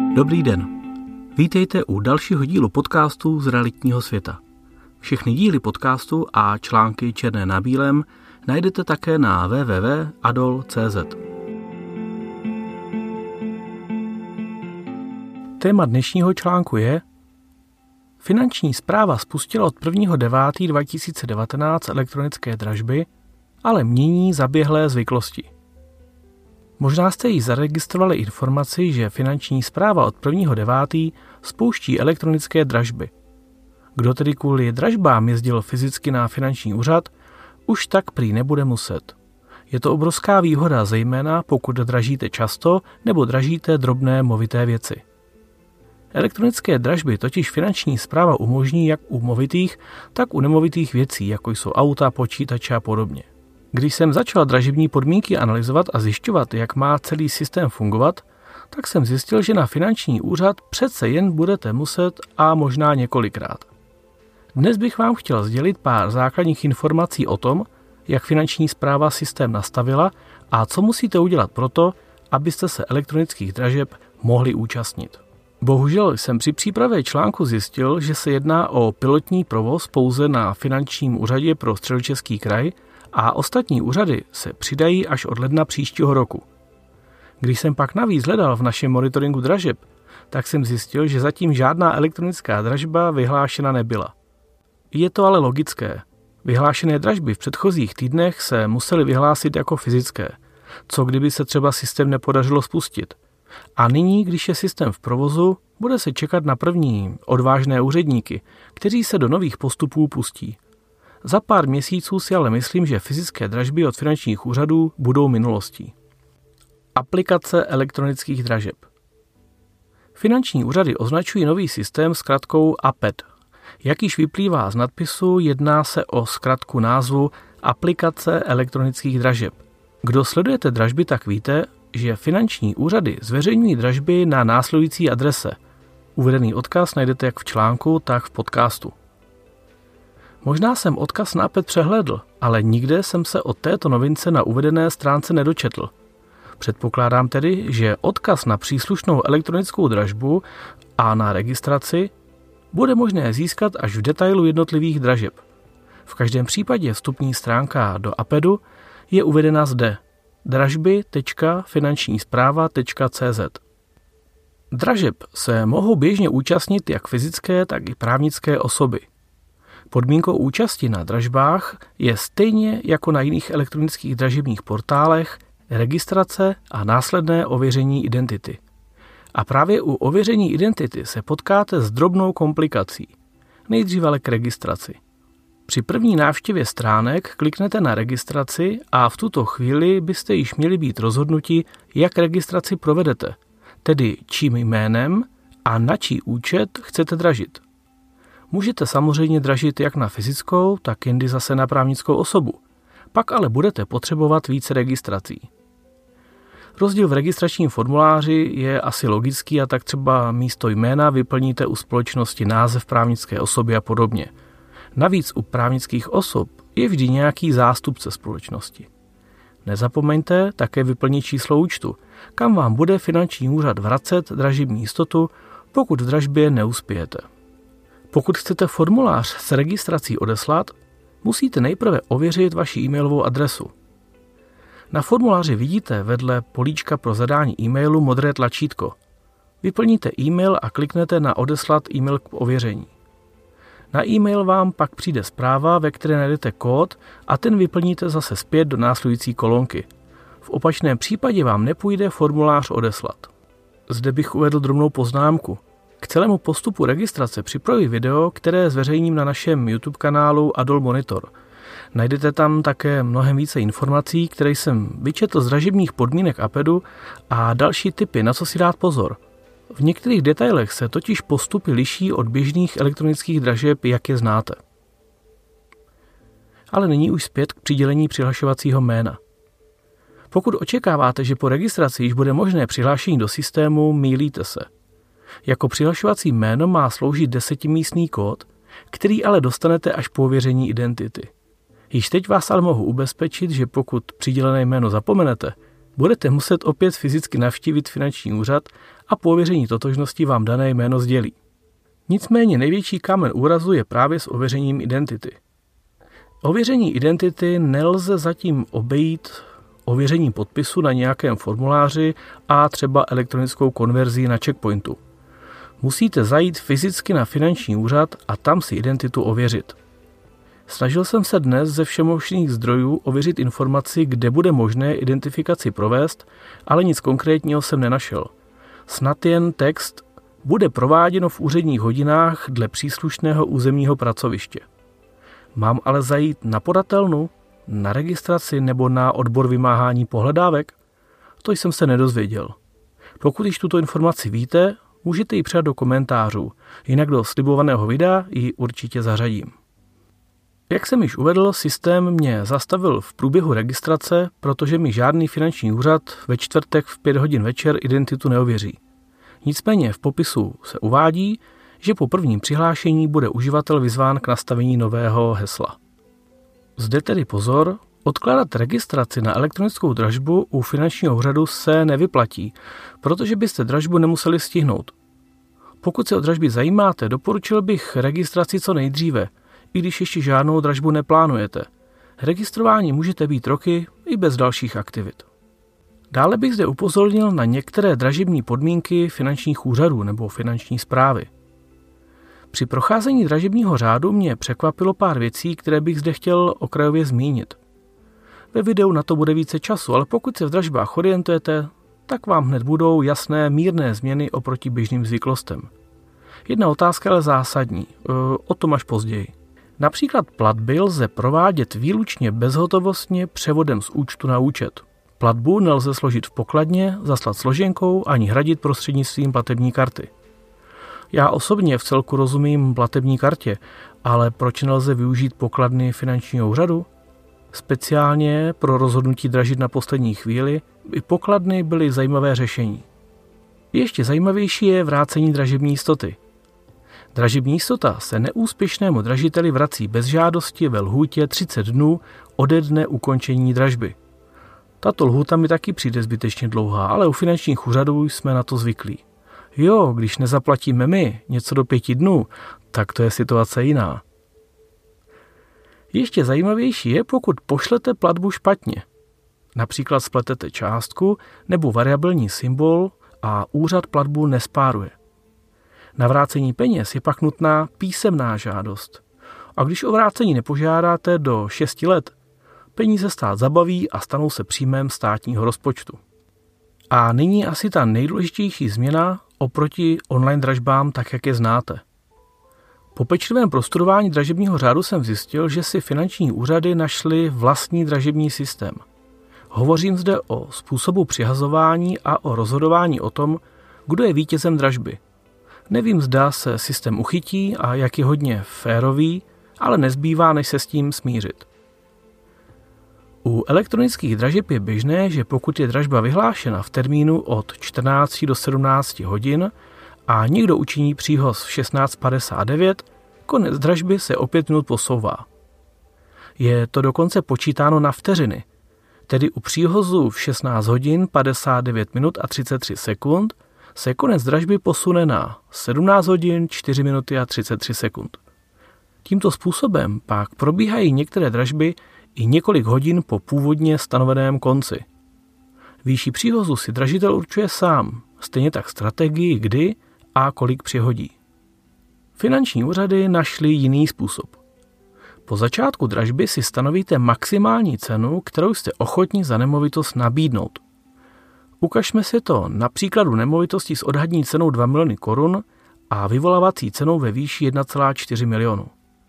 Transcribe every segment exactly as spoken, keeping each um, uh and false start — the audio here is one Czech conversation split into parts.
Dobrý den. Vítejte u dalšího dílu podcastu z realitního světa. Všechny díly podcastu a články černé na bílém najdete také na w w w tečka adol tečka c z. Téma dnešního článku je: Finanční správa spustila od prvního devátého dva tisíce devatenáct elektronické dražby, ale mění zaběhlé zvyklosti. Možná jste již zaregistrovali informaci, že Finanční správa od prvního devátého spouští elektronické dražby. Kdo tedy kvůli dražbám jezdil fyzicky na finanční úřad, už tak prý nebude muset. Je to obrovská výhoda, zejména pokud dražíte často nebo dražíte drobné movité věci. Elektronické dražby totiž Finanční správa umožní jak u movitých, tak u nemovitých věcí, jako jsou auta, počítače a podobně. Když jsem začal dražební podmínky analyzovat a zjišťovat, jak má celý systém fungovat, tak jsem zjistil, že na finanční úřad přece jen budete muset a možná několikrát. Dnes bych vám chtěl sdělit pár základních informací o tom, jak Finanční správa systém nastavila a co musíte udělat proto, abyste se elektronických dražeb mohli účastnit. Bohužel jsem při přípravě článku zjistil, že se jedná o pilotní provoz pouze na finančním úřadě pro Středočeský kraj a ostatní úřady se přidají až od ledna příštího roku. Když jsem pak navíc hledal v našem monitoringu dražeb, tak jsem zjistil, že zatím žádná elektronická dražba vyhlášena nebyla. Je to ale logické. Vyhlášené dražby v předchozích týdnech se musely vyhlásit jako fyzické, co kdyby se třeba systém nepodařilo spustit. A nyní, když je systém v provozu, bude se čekat na první odvážné úředníky, kteří se do nových postupů pustí. Za pár měsíců si ale myslím, že fyzické dražby od finančních úřadů budou minulostí. Aplikace elektronických dražeb. Finanční úřady označují nový systém zkratkou A P E D. Jak již vyplývá z nadpisu, jedná se o zkratku názvu Aplikace elektronických dražeb. Kdo sledujete dražby, tak víte, že finanční úřady zveřejňují dražby na následující adrese. Uvedený odkaz najdete jak v článku, tak v podcastu. Možná jsem odkaz na A P E D přehlédl, ale nikde jsem se o této novince na uvedené stránce nedočetl. Předpokládám tedy, že odkaz na příslušnou elektronickou dražbu a na registraci bude možné získat až v detailu jednotlivých dražeb. V každém případě vstupní stránka do A P E D u je uvedena zde dražby tečka finanční správa tečka c z. Dražeb se mohou běžně účastnit jak fyzické, tak i právnické osoby. Podmínkou účasti na dražbách je stejně jako na jiných elektronických dražebních portálech registrace a následné ověření identity. A právě u ověření identity se potkáte s drobnou komplikací. Nejdříve ale k registraci. Při první návštěvě stránek kliknete na registraci a v tuto chvíli byste již měli být rozhodnuti, jak registraci provedete, tedy čím jménem a na čí účet chcete dražit. Můžete samozřejmě dražit jak na fyzickou, tak jindy zase na právnickou osobu. Pak ale budete potřebovat více registrací. Rozdíl v registračním formuláři je asi logický a tak třeba místo jména vyplníte u společnosti název právnické osoby a podobně. Navíc u právnických osob je vždy nějaký zástupce společnosti. Nezapomeňte také vyplnit číslo účtu, kam vám bude finanční úřad vracet dražební jistotu, pokud v dražbě neuspějete. Pokud chcete formulář s registrací odeslat, musíte nejprve ověřit vaši e-mailovou adresu. Na formuláři vidíte vedle políčka pro zadání e-mailu modré tlačítko. Vyplníte e-mail a kliknete na odeslat e-mail k ověření. Na e-mail vám pak přijde zpráva, ve které najdete kód a ten vyplníte zase zpět do následující kolonky. V opačném případě vám nepůjde formulář odeslat. Zde bych uvedl drobnou poznámku. K celému postupu registrace připravuji video, které zveřejním na našem YouTube kanálu Adol Monitor. Najdete tam také mnohem více informací, které jsem vyčetl z dražebních podmínek A P E D u a další tipy, na co si dát pozor. V některých detailech se totiž postupy liší od běžných elektronických dražeb, jak je znáte. Ale nyní už zpět k přidělení přihlašovacího jména. Pokud očekáváte, že po registraci již bude možné přihlášení do systému, mýlíte se. Jako přihlašovací jméno má sloužit desetimístný kód, který ale dostanete až po ověření identity. Již teď vás ale mohu ubezpečit, že pokud přidělené jméno zapomenete, budete muset opět fyzicky navštívit finanční úřad a po ověření totožnosti vám dané jméno sdělí. Nicméně největší kámen úrazu je právě s ověřením identity. Ověření identity nelze zatím obejít ověřením podpisu na nějakém formuláři a třeba elektronickou konverzí na checkpointu. Musíte zajít fyzicky na finanční úřad a tam si identitu ověřit. Snažil jsem se dnes ze všemožných zdrojů ověřit informaci, kde bude možné identifikaci provést, ale nic konkrétního jsem nenašel. Snad jen text bude prováděno v úředních hodinách dle příslušného územního pracoviště. Mám ale zajít na podatelnu, na registraci nebo na odbor vymáhání pohledávek? To jsem se nedozvěděl. Pokud již tuto informaci víte, můžete ji přidat do komentářů, jinak do slibovaného videa ji určitě zařadím. Jak jsem již uvedl, systém mě zastavil v průběhu registrace, protože mi žádný finanční úřad ve čtvrtek v pět hodin večer identitu neověří. Nicméně v popisu se uvádí, že po prvním přihlášení bude uživatel vyzván k nastavení nového hesla. Zde tedy pozor, odkládat registraci na elektronickou dražbu u finančního úřadu se nevyplatí, protože byste dražbu nemuseli stihnout. Pokud se o dražby zajímáte, doporučil bych registraci co nejdříve, i když ještě žádnou dražbu neplánujete. Registrování můžete být roky i bez dalších aktivit. Dále bych zde upozornil na některé dražební podmínky finančních úřadů nebo finanční správy. Při procházení dražebního řádu mě překvapilo pár věcí, které bych zde chtěl okrajově zmínit. Ve videu na to bude více času, ale pokud se v dražbách orientujete, tak vám hned budou jasné mírné změny oproti běžným zvyklostem. Jedna otázka je zásadní, o tom až později. Například platby lze provádět výlučně bezhotovostně převodem z účtu na účet. Platbu nelze složit v pokladně, zaslat složenkou ani hradit prostřednictvím platební karty. Já osobně v celku rozumím platební kartě, ale proč nelze využít pokladny finančního úřadu? Speciálně pro rozhodnutí dražit na poslední chvíli i pokladny byly zajímavé řešení. Ještě zajímavější je vrácení dražební jistoty. Dražební jistota se neúspěšnému dražiteli vrací bez žádosti ve lhůtě třicet dnů ode dne ukončení dražby. Tato lhůta mi taky přijde zbytečně dlouhá, ale u finančních úřadů jsme na to zvyklí. Jo, když nezaplatíme my něco do pěti dnů, tak to je situace jiná. Ještě zajímavější je, pokud pošlete platbu špatně. Například spletete částku nebo variabilní symbol a úřad platbu nespáruje. Na vrácení peněz je pak nutná písemná žádost. A když o vrácení nepožádáte do šesti let, peníze stát zabaví a stanou se příjmem státního rozpočtu. A nyní asi ta nejdůležitější změna oproti online dražbám, tak jak je znáte. Po pečlivém prostudování dražebního řádu jsem zjistil, že si finanční úřady našly vlastní dražební systém. Hovořím zde o způsobu přihazování a o rozhodování o tom, kdo je vítězem dražby. Nevím, zda se systém uchytí a jak je hodně férový, ale nezbývá, než se s tím smířit. U elektronických dražeb je běžné, že pokud je dražba vyhlášena v termínu od čtrnácti do sedmnácti hodin a někdo učiní příhoz v šestnáct padesát devět, konec dražby se o pět minut posouvá. Je to dokonce počítáno na vteřiny, tedy u příhozu v šestnáct hodin padesát devět minut a třicet tři sekund se konec dražby posune na sedmnáct hodin čtyři minuty a třicet tři sekund. Tímto způsobem pak probíhají některé dražby i několik hodin po původně stanoveném konci. Výši příhozu si dražitel určuje sám, stejně tak strategii, kdy a kolik přihodí. Finanční úřady našly jiný způsob. Po začátku dražby si stanovíte maximální cenu, kterou jste ochotni za nemovitost nabídnout. Ukažme si to na příkladu nemovitosti s odhadní cenou dva miliony korun a vyvolávací cenou ve výši jedna celá čtyři milionu.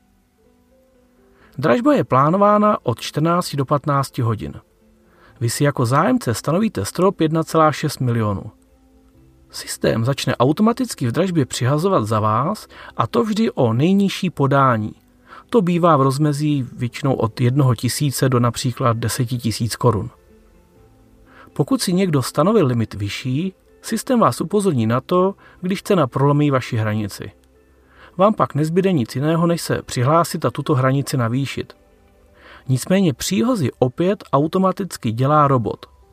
Dražba je plánována od čtrnácti do patnácti hodin. Vy si jako zájemce stanovíte strop jedna celá šest milionu. Systém začne automaticky v dražbě přihazovat za vás a to vždy o nejnižší podání. To bývá v rozmezí většinou od jednoho tisíce do například deseti tisíc korun. Pokud si někdo stanovil limit vyšší, systém vás upozorní na to, když cena prolomí vaši hranici. Vám pak nezbyde nic jiného, než se přihlásit a tuto hranici navýšit. Nicméně příhozy opět automaticky dělá robot.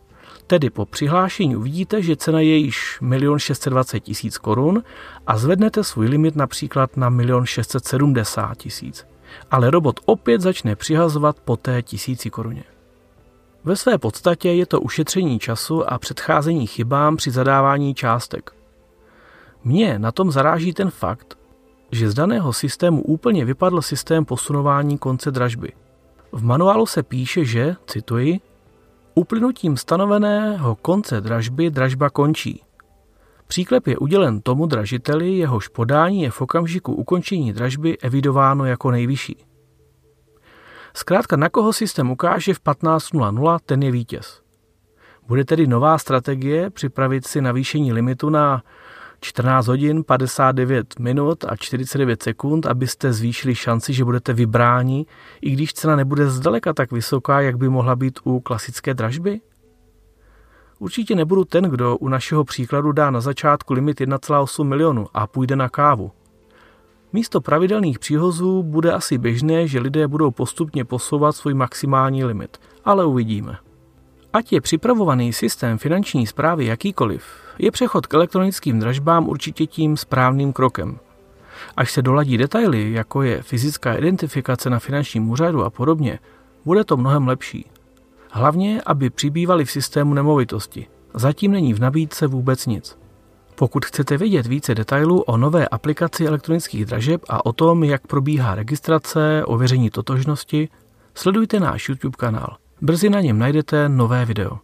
Tedy po přihlášení uvidíte, že cena je již milion šest set dvacet tisíc korun a zvednete svůj limit například na milion šest set sedmdesát tisíc. Ale robot opět začne přihazovat po té tisíci koruně. Ve své podstatě je to ušetření času a předcházení chybám při zadávání částek. Mě na tom zaráží ten fakt, že z daného systému úplně vypadl systém posunování konce dražby. V manuálu se píše, že, cituji, uplynutím stanoveného konce dražby dražba končí. Příklep je udělen tomu dražiteli, jehož podání je v okamžiku ukončení dražby evidováno jako nejvyšší. Zkrátka, na koho systém ukáže v patnáct nula nula, ten je vítěz. Bude tedy nová strategie připravit si navýšení limitu na čtrnáct hodin, padesát devět minut a čtyřicet devět sekund, abyste zvýšili šanci, že budete vybráni, i když cena nebude zdaleka tak vysoká, jak by mohla být u klasické dražby? Určitě nebudu ten, kdo u našeho příkladu dá na začátku limit jedna celá osm milionu a půjde na kávu. Místo pravidelných příhozů bude asi běžné, že lidé budou postupně posouvat svůj maximální limit, ale uvidíme. Ať je připravovaný systém finanční správy jakýkoliv, je přechod k elektronickým dražbám určitě tím správným krokem. Až se doladí detaily, jako je fyzická identifikace na finančním úřadu a podobně, bude to mnohem lepší. Hlavně, aby přibývaly v systému nemovitosti. Zatím není v nabídce vůbec nic. Pokud chcete vědět více detailů o nové aplikaci elektronických dražeb a o tom, jak probíhá registrace, ověření totožnosti, sledujte náš YouTube kanál. Brzy na něm najdete nové video.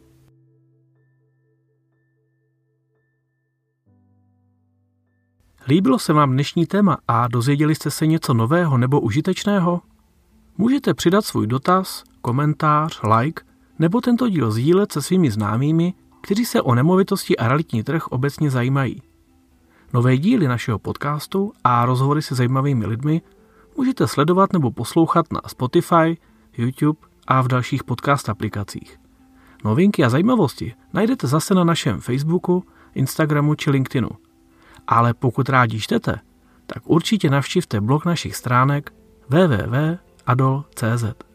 Líbilo se vám dnešní téma a dozvěděli jste se něco nového nebo užitečného? Můžete přidat svůj dotaz, komentář, like nebo tento díl sdílet se svými známými, kteří se o nemovitosti a realitní trh obecně zajímají. Nové díly našeho podcastu a rozhovory se zajímavými lidmi můžete sledovat nebo poslouchat na Spotify, YouTube a v dalších podcast aplikacích. Novinky a zajímavosti najdete zase na našem Facebooku, Instagramu či LinkedInu. Ale pokud rádi čtete, tak určitě navštivte blog našich stránek w w w tečka adol tečka c z.